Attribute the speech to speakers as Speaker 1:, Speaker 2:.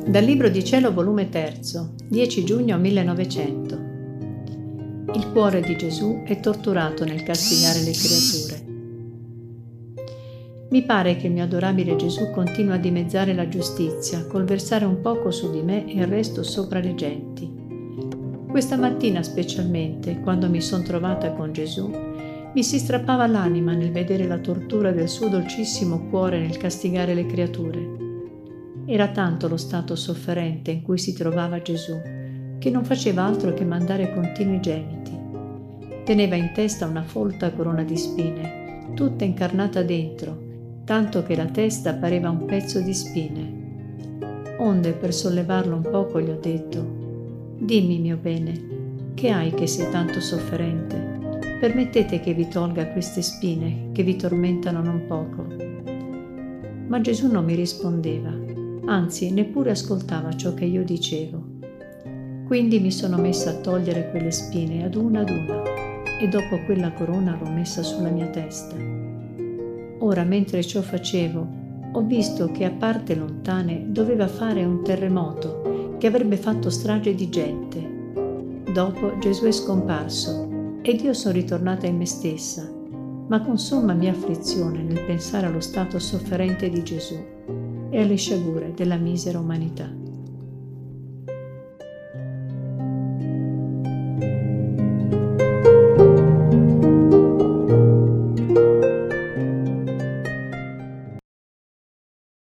Speaker 1: Dal Libro di Cielo, volume 3, 10 giugno 1900. Il cuore di Gesù è torturato nel castigare le creature. Mi pare che il mio adorabile Gesù continua a dimezzare la giustizia, col versare un poco su di me e il resto sopra le genti. Questa mattina specialmente, quando mi son trovata con Gesù, mi si strappava l'anima nel vedere la tortura del suo dolcissimo cuore nel castigare le creature. Era tanto lo stato sofferente in cui si trovava Gesù, che non faceva altro che mandare continui gemiti. Teneva in testa una folta corona di spine, tutta incarnata dentro, tanto che la testa pareva un pezzo di spine. Onde, per sollevarlo un poco, gli ho detto: «Dimmi, mio bene, che hai che sei tanto sofferente? Permettete che vi tolga queste spine che vi tormentano non poco». Ma Gesù non mi rispondeva, anzi neppure ascoltava ciò che io dicevo. Quindi mi sono messa a togliere quelle spine ad una e dopo quella corona l'ho messa sulla mia testa. Ora, mentre ciò facevo, ho visto che a parte lontane doveva fare un terremoto che avrebbe fatto strage di gente. Dopo Gesù è scomparso ed io sono ritornata in me stessa, ma con somma mia afflizione nel pensare allo stato sofferente di Gesù e alle sciagure della misera umanità.